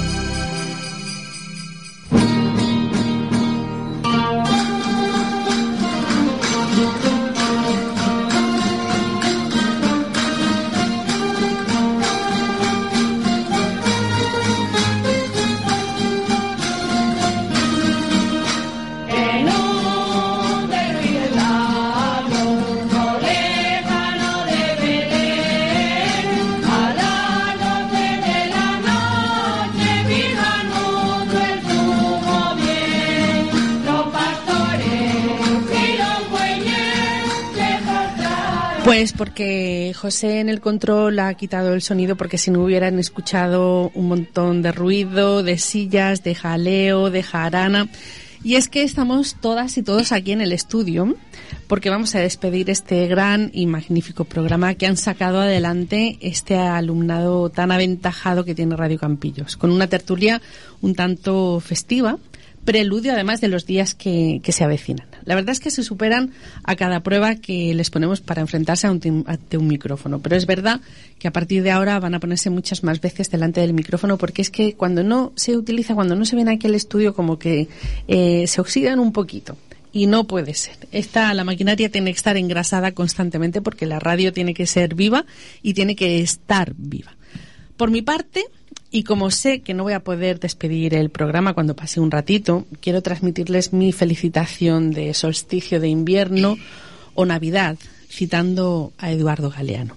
Pues porque José en el control ha quitado el sonido, porque si no hubieran escuchado un montón de ruido, de sillas, de jaleo, de jarana. Y es que estamos todas y todos aquí en el estudio porque vamos a despedir este gran y magnífico programa que han sacado adelante este alumnado tan aventajado que tiene Radio Campillos, con una tertulia un tanto festiva, preludio además de los días que, que se avecinan. La verdad es que se superan a cada prueba que les ponemos para enfrentarse a un, ante un micrófono, pero es verdad que a partir de ahora van a ponerse muchas más veces delante del micrófono, porque es que cuando no se utiliza, cuando no se viene aquí al estudio, como que eh, se oxidan un poquito. Y no puede ser. Esta, la maquinaria tiene que estar engrasada constantemente porque la radio tiene que ser viva y tiene que estar viva. Por mi parte, y como sé que no voy a poder despedir el programa cuando pase un ratito, quiero transmitirles mi felicitación de solsticio de invierno o Navidad, citando a Eduardo Galeano.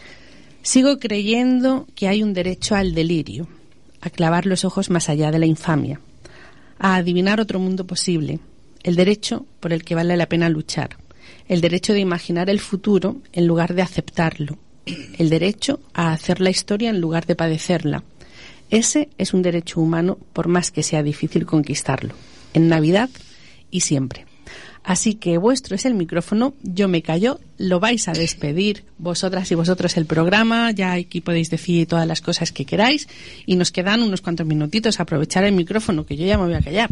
Sigo creyendo que hay un derecho al delirio, a clavar los ojos más allá de la infamia, a adivinar otro mundo posible, el derecho por el que vale la pena luchar, el derecho de imaginar el futuro en lugar de aceptarlo, el derecho a hacer la historia en lugar de padecerla. Ese es un derecho humano, por más que sea difícil conquistarlo, en Navidad y siempre. Así que vuestro es el micrófono, yo me callo, lo vais a despedir vosotras y vosotros el programa, ya aquí podéis decir todas las cosas que queráis y nos quedan unos cuantos minutitos a aprovechar el micrófono, que yo ya me voy a callar.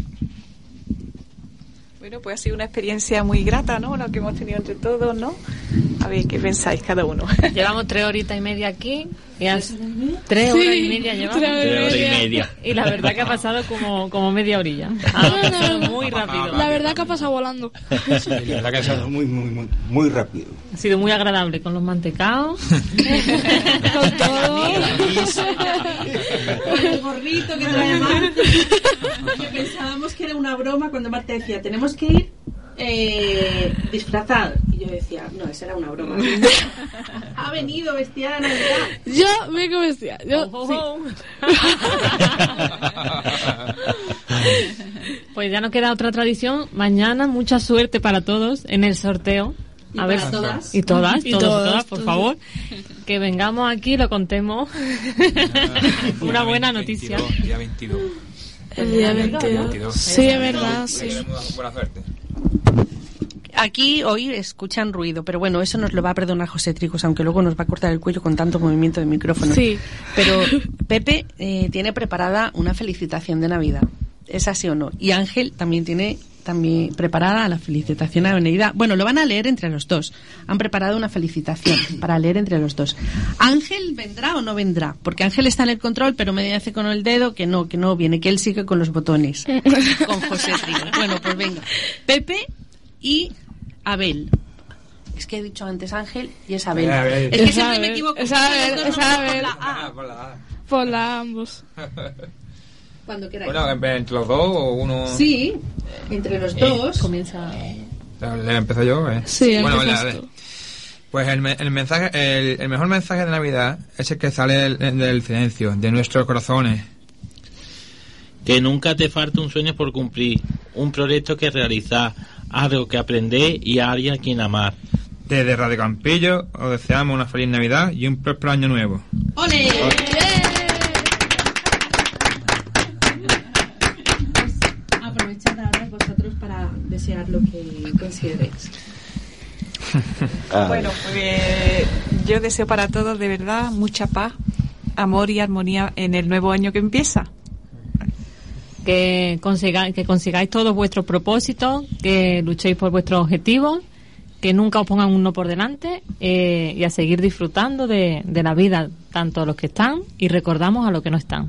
Bueno, pues ha sido una experiencia muy grata, ¿no? Lo que hemos tenido entre todos, ¿no? A ver, ¿qué pensáis cada uno? Llevamos tres horitas y media aquí. Y has... Tres horas sí, y media llevamos. Tres horas y media. Y la verdad que ha pasado como, como media orilla. Ha pasado muy rápido. La verdad que ha pasado volando. Sí, la verdad que ha pasado muy, muy, muy, muy rápido. Ha sido muy agradable con los mantecaos. Con todo. Con el gorrito que trae Marta. Que pensábamos que era una broma cuando Marta decía, tenemos que ir eh, disfrazado. Y yo decía, no, esa era una broma. Ha venido vestida de Navidad. Yo vengo vestida. Yo, oh, oh, oh. Sí. Pues ya no queda otra tradición. Mañana mucha suerte para todos en el sorteo. Y a para ver, todas. Y todas, y todos, todas, todas, por todas. favor. Que vengamos aquí y lo contemos. Una buena noticia. Día veintidós. El día veintidós. Sí, es verdad, sí. Buena suerte. Aquí hoy escuchan ruido, pero bueno, eso nos lo va a perdonar José Trigos, aunque luego nos va a cortar el cuello con tanto movimiento de micrófono. Sí. Pero Pepe eh, tiene preparada una felicitación de Navidad. ¿Es así o no? Y Ángel también tiene también preparada la felicitación de Navidad. Bueno, lo van a leer entre los dos. Han preparado una felicitación para leer entre los dos. ¿Ángel vendrá o no vendrá? Porque Ángel está en el control, pero me hace con el dedo que no, que no viene, que él sigue con los botones. Con José Trigos. Bueno, pues venga. Pepe y Abel. Es que he dicho antes Ángel y Isabel. A ver. Es que siempre Isabel, me equivoco. Isabel, Los dos no Isabel. por la A. Ah, por la A. Por la ambos. Cuando queráis. Bueno, entre los dos o uno. Sí, entre los dos. Comienza. ¿Le empiezo yo? Eh? Sí, bueno, empiezas vale, tú. Pues el, me- el mensaje, el, el mejor mensaje de Navidad es el que sale del, del silencio, de nuestros corazones. Que nunca te falte un sueño por cumplir, un proyecto que realizar, algo que aprender y a alguien a quien amar. Desde Radio Campillo os deseamos una feliz Navidad y un próspero año nuevo. ¡Ole! Aprovechad ahora vosotros para desear lo que consideréis. Bueno, pues yo deseo para todos de verdad mucha paz, amor y armonía en el nuevo año que empieza. Que consigáis, que consigáis todos vuestros propósitos, que luchéis por vuestros objetivos, que nunca os pongan uno por delante eh, y a seguir disfrutando de, de la vida, tanto a los que están y recordamos a los que no están.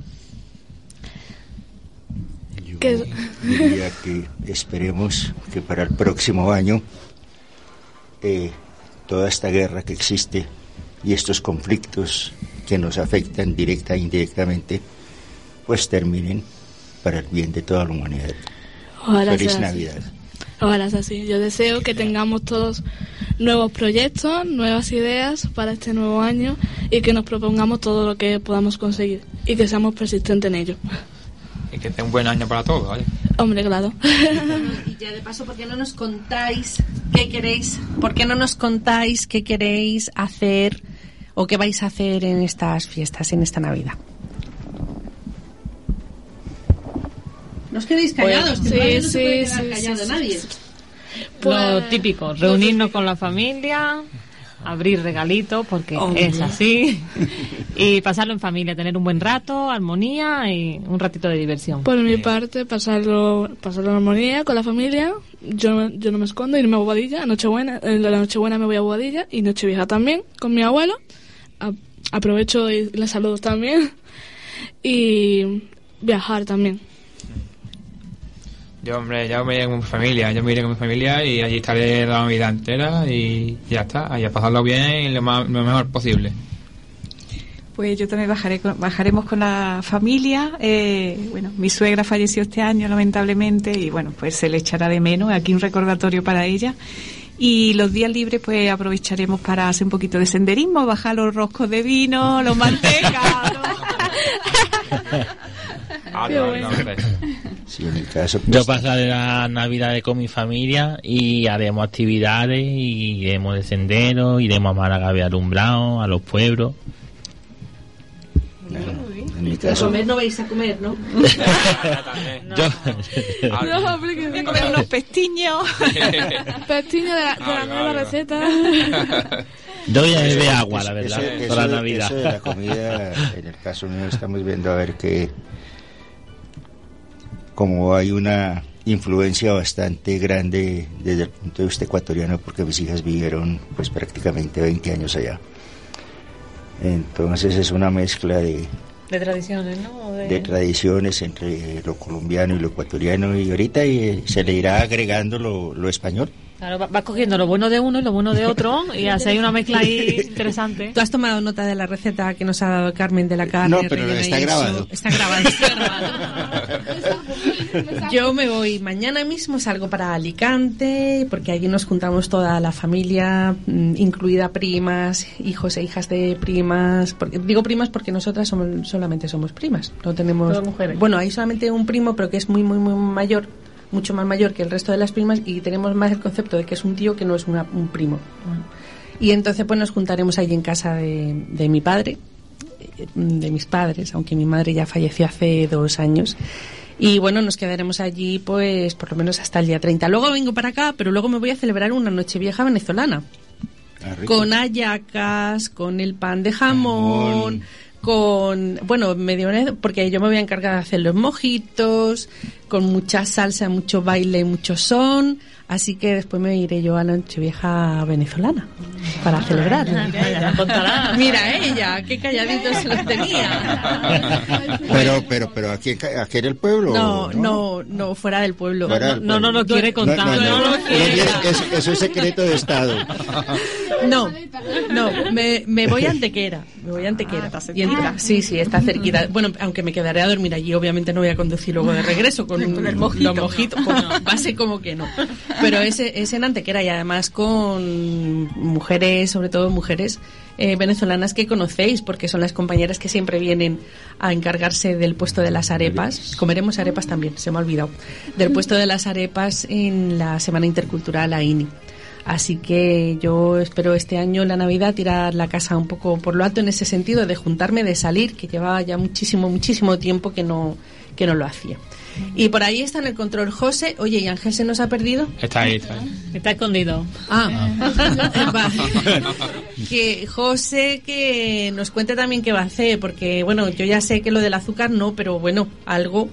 Yo Que- diría que esperemos que para el próximo año eh, toda esta guerra que existe y estos conflictos que nos afectan directa e indirectamente pues terminen para el bien de toda la humanidad. Ojalá Feliz sea así. Navidad. Ojalá sea así. Yo deseo que tengamos todos nuevos proyectos, nuevas ideas para este nuevo año y que nos propongamos todo lo que podamos conseguir y que seamos persistentes en ello. Y que sea un buen año para todos, ¿vale? Hombre, claro. Y ya de paso, ¿por qué no nos contáis qué queréis? ¿Por qué no nos contáis qué queréis hacer o qué vais a hacer en estas fiestas, en esta Navidad? No os quedéis callados, Pues, que todavía no sí, se puede sí, quedar sí, callado sí, nadie. sí, Lo típico, reunirnos con la familia, abrir regalitos porque Hombre. es así y pasarlo en familia, tener un buen rato, armonía y un ratito de diversión. Por mi parte, pasarlo, pasarlo en armonía con la familia. Yo, yo no me escondo, irme a Bobadilla. Nochebuena, en la Nochebuena me voy a Bobadilla y Nochevieja también con mi abuelo. A- aprovecho y les saludo también. Y viajar también. Yo, hombre, yo me iré con mi familia, yo me iré con mi familia y allí estaré la Navidad entera y ya está, allí a pasarlo bien y lo, más, lo mejor posible. Pues yo también bajaré con- bajaremos con la familia. Eh, bueno, mi suegra falleció este año, lamentablemente, y bueno, pues se le echará de menos. Aquí un recordatorio para ella. Y los días libres, pues aprovecharemos para hacer un poquito de senderismo, bajar los roscos de vino, los mantecas. Ah, Qué no, bueno. no, hombre. Sí, en el caso, Yo pasaré la Navidad con mi familia y haremos actividades, y iremos de sendero, iremos a Málaga a ver alumbrado, a los pueblos. en mi A caso, comer no vais a comer, ¿no? Yo, No, hombre, que Voy a comer unos pestiños. pestiño de la, de la Ah, nueva vale. receta. yo voy a beber agua, la eso- verdad, eso- toda la eso- Navidad. eso de la comida, en el caso mío estamos viendo a ver que como hay una influencia bastante grande desde el punto de vista ecuatoriano, porque mis hijas vivieron pues prácticamente veinte años allá. Entonces es una mezcla de, De tradiciones, ¿no? De- de tradiciones entre lo colombiano y lo ecuatoriano, y ahorita eh, se le irá agregando lo, lo español. Claro, va- vas cogiendo lo bueno de uno y lo bueno de otro y así hay una mezcla ahí interesante. ¿Tú has tomado nota de la receta que nos ha dado Carmen de la carne? No, pero rellena está y eso? grabado. Está grabado. Está grabado. Yo me voy mañana mismo, salgo para Alicante, porque allí nos juntamos toda la familia, mm, incluida primas, hijos e hijas de primas. Porque, digo primas porque nosotras somos, solamente somos primas. No tenemos. Todas mujeres. Bueno, hay solamente un primo, pero que es muy, muy, muy mayor, mucho más mayor que el resto de las primas, y tenemos más el concepto de que es un tío que no es una- un primo. Y entonces pues nos juntaremos allí en casa de, de mi padre, eh, de mis padres, aunque mi madre ya falleció hace dos años. Y bueno, nos quedaremos allí pues por lo menos hasta el día treinta. Luego vengo para acá, pero luego me voy a celebrar una Nochevieja venezolana. Ah, rico. Con hallacas, con el pan de jamón, Jamón. con, bueno, medio porque yo me voy a encargar de hacer los mojitos, con mucha salsa, mucho baile, mucho son, así que después me iré yo a la Nochevieja venezolana para celebrar. Mira ella, qué calladito se los tenía. Pero, pero, pero aquí, aquí en el pueblo. No, no, no, no fuera del pueblo. Fuera del no, no, no lo quiere contar. No, no, no, no, no, no, eso, eso es secreto de Estado. No, no, me, me voy a Antequera, me voy a Antequera. Ah, y entra, sí, sí, está cerquita. Bueno, aunque me quedaré a dormir allí, obviamente no voy a conducir luego de regreso con el mojito. Los mojitos, pues no, va a ser como que no. Pero es, es en Antequera y además con mujeres, sobre todo mujeres eh, venezolanas que conocéis, porque son las compañeras que siempre vienen a encargarse del puesto de las arepas. Comeremos arepas también, se me ha olvidado. Del puesto de las arepas en la Semana Intercultural A I N I. Así que yo espero este año, la Navidad, tirar la casa un poco por lo alto en ese sentido, de juntarme, de salir, que llevaba ya muchísimo, muchísimo tiempo que no, que no lo hacía. Y por ahí está en el control José. Oye, ¿y Ángel se nos ha perdido? Está ahí, está ahí. Está escondido. Ah, vale. Que José que nos cuente también qué va a hacer, porque bueno, yo ya sé que lo del azúcar no, pero bueno, algo...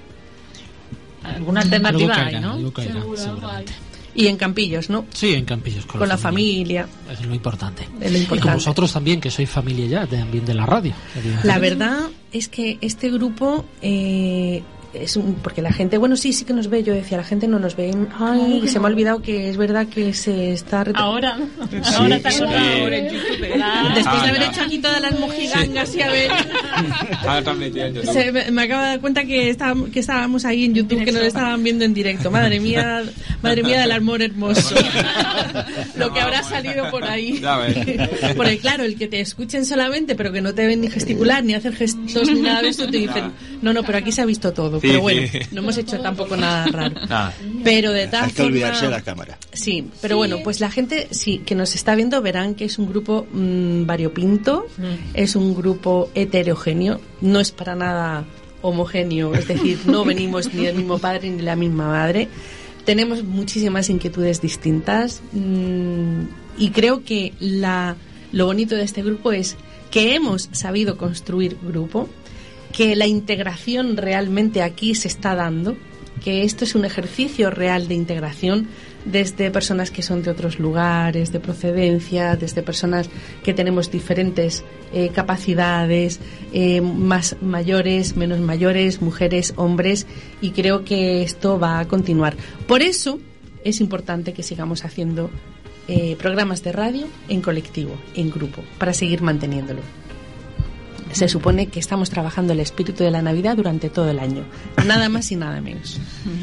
Alguna alternativa Algo caerá, hay, ¿no? algo caerá, seguramente. Y en Campillos, ¿no? Sí, en Campillos. Con, con la familia. familia. Es lo importante. Es lo importante. Y con vosotros también, que sois familia ya, también de la radio. La verdad es que este grupo... Eh, es un, porque la gente, bueno, sí, sí que nos ve, yo decía, la gente no nos ve. Ay, se me ha olvidado que es verdad que se está... Ret- ahora, sí, ahora está sí. ahora en YouTube. Después Ah, de haber ya. hecho aquí todas las mojigangas sí. y haber... Ahora también tiene YouTube. Se, me, me acabo de dar cuenta que estábamos, que estábamos ahí en YouTube, que nos estaban viendo en directo. Madre mía, madre mía del amor hermoso. Lo que habrá salido por ahí. Porque claro, el que te escuchen solamente, pero que no te ven ni gesticular, ni hacer gestos, ni nada de eso, te dicen, no, no, pero aquí se ha visto todo. Sí, pero bueno, sí. no hemos hecho tampoco nada raro. Ah. Pero de tal Hay que forma... olvidarse de la cámara. Sí, pero bueno, pues la gente sí que nos está viendo verán que es un grupo mmm, variopinto, mm. es un grupo heterogéneo, no es para nada homogéneo, es decir, no venimos ni del mismo padre ni de la misma madre, tenemos muchísimas inquietudes distintas mmm, y creo que la, lo bonito de este grupo es que hemos sabido construir grupo, que la integración realmente aquí se está dando, que esto es un ejercicio real de integración desde personas que son de otros lugares, de procedencia, desde personas que tenemos diferentes eh, capacidades, eh, más mayores, menos mayores, mujeres, hombres, y creo que esto va a continuar. Por eso es importante que sigamos haciendo eh, programas de radio en colectivo, en grupo, para seguir manteniéndolo. Se supone que estamos trabajando el espíritu de la Navidad durante todo el año. Nada más y nada menos.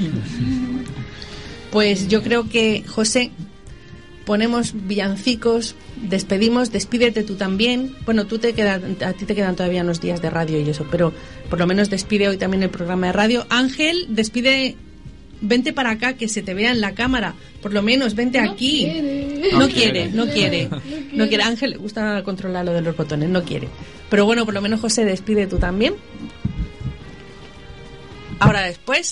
Pues yo creo que, José, ponemos villancicos, despedimos, despídete tú también. Bueno, tú te queda, a ti te quedan todavía unos días de radio y eso, pero por lo menos despide hoy también el programa de radio. Ángel, despide... Vente para acá, que se te vea en la cámara. Por lo menos, vente no aquí. Quiere. No, no quiere, no quiere. No quiere. No quiere. Ángel le gusta controlar lo de los botones, no quiere. Pero bueno, por lo menos, José, despide tú también. Ahora después.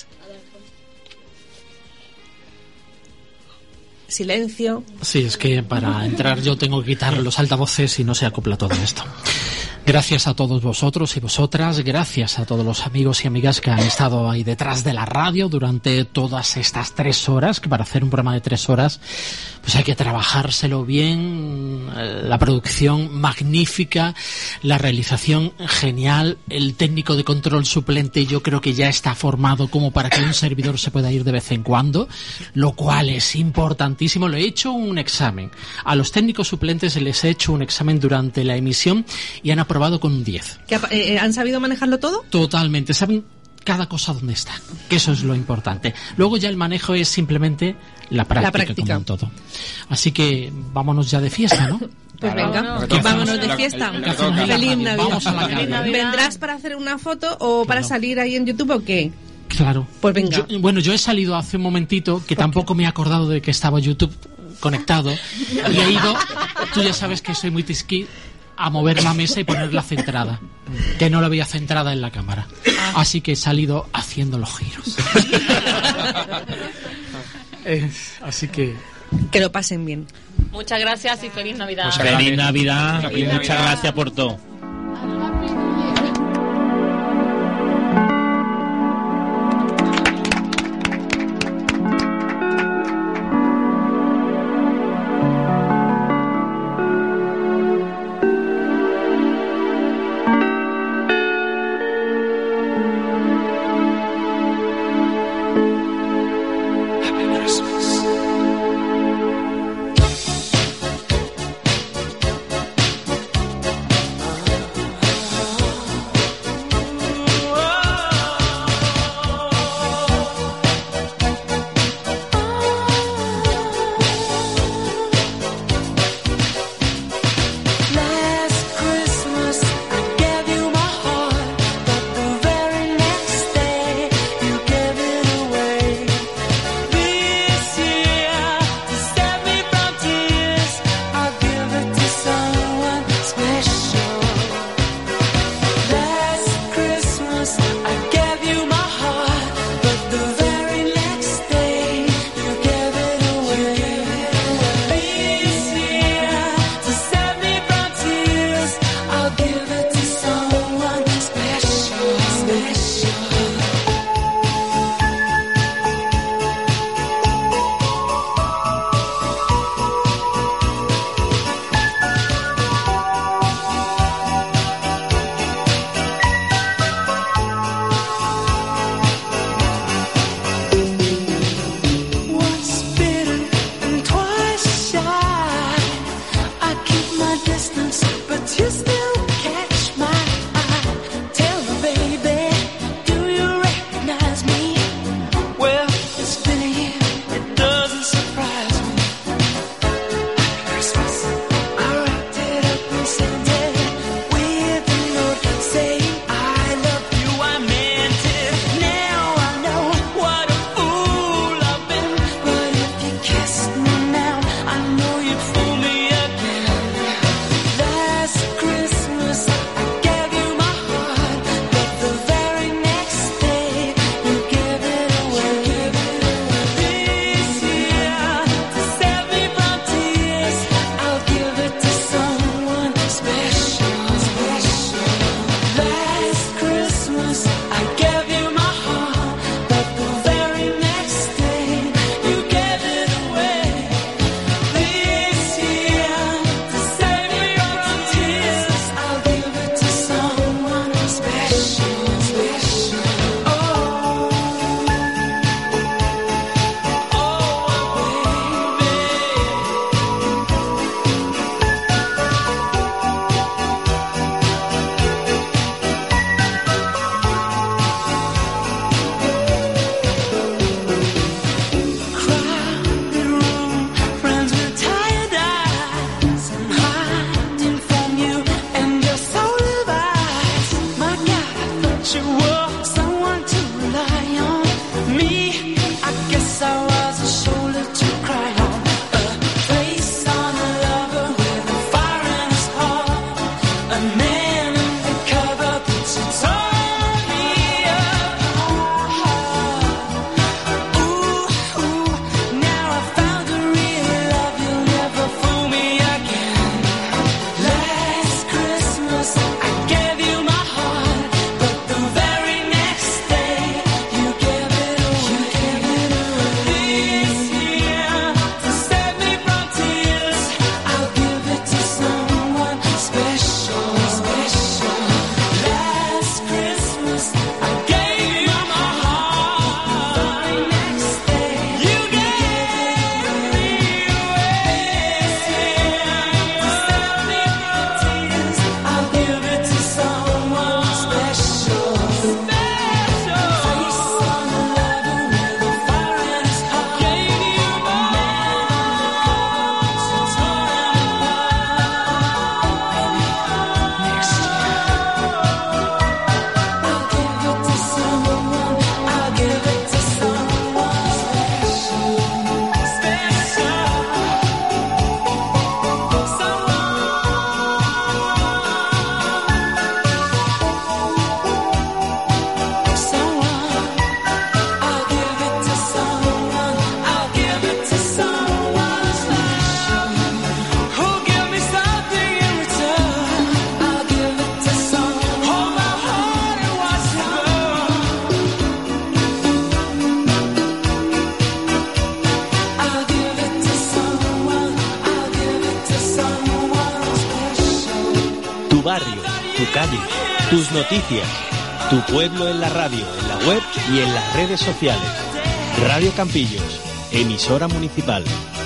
Silencio. Sí, es que para entrar yo tengo que quitar los altavoces y no se acopla todo esto. Gracias a todos vosotros y vosotras, gracias a todos los amigos y amigas que han estado ahí detrás de la radio durante todas estas tres horas, que para hacer un programa de tres horas pues hay que trabajárselo bien, la producción magnífica, la realización genial, el técnico de control suplente yo creo que ya está formado como para que un servidor se pueda ir de vez en cuando, lo cual es importantísimo. Le he hecho un examen, a los técnicos suplentes les he hecho un examen durante la emisión y han aprobado con un diez. ¿Que, eh, ¿Han sabido manejarlo todo? Totalmente, saben cada cosa dónde está, que eso es lo importante. Luego ya el manejo es simplemente la práctica, la práctica. Como en todo. Así que vámonos ya de fiesta, ¿no? Pues venga, no, vámonos de fiesta. Feliz Navidad. Vamos a la Navidad. ¿Vendrás para hacer una foto o para claro. salir ahí en YouTube o qué? Claro. Pues venga. Yo, bueno, yo he salido hace un momentito que tampoco me he acordado de que estaba YouTube conectado y he ido, tú ya sabes que soy muy tisquí, a mover la mesa y ponerla centrada, que no la veía centrada en la cámara. Así que he salido haciendo los giros. eh, así que... Que lo pasen bien. Muchas gracias y feliz Navidad. Muchas feliz Navidad y muchas gracias por todo. tu calle, tus noticias, tu pueblo en la radio, en la web y en las redes sociales. Radio Campillos, emisora municipal.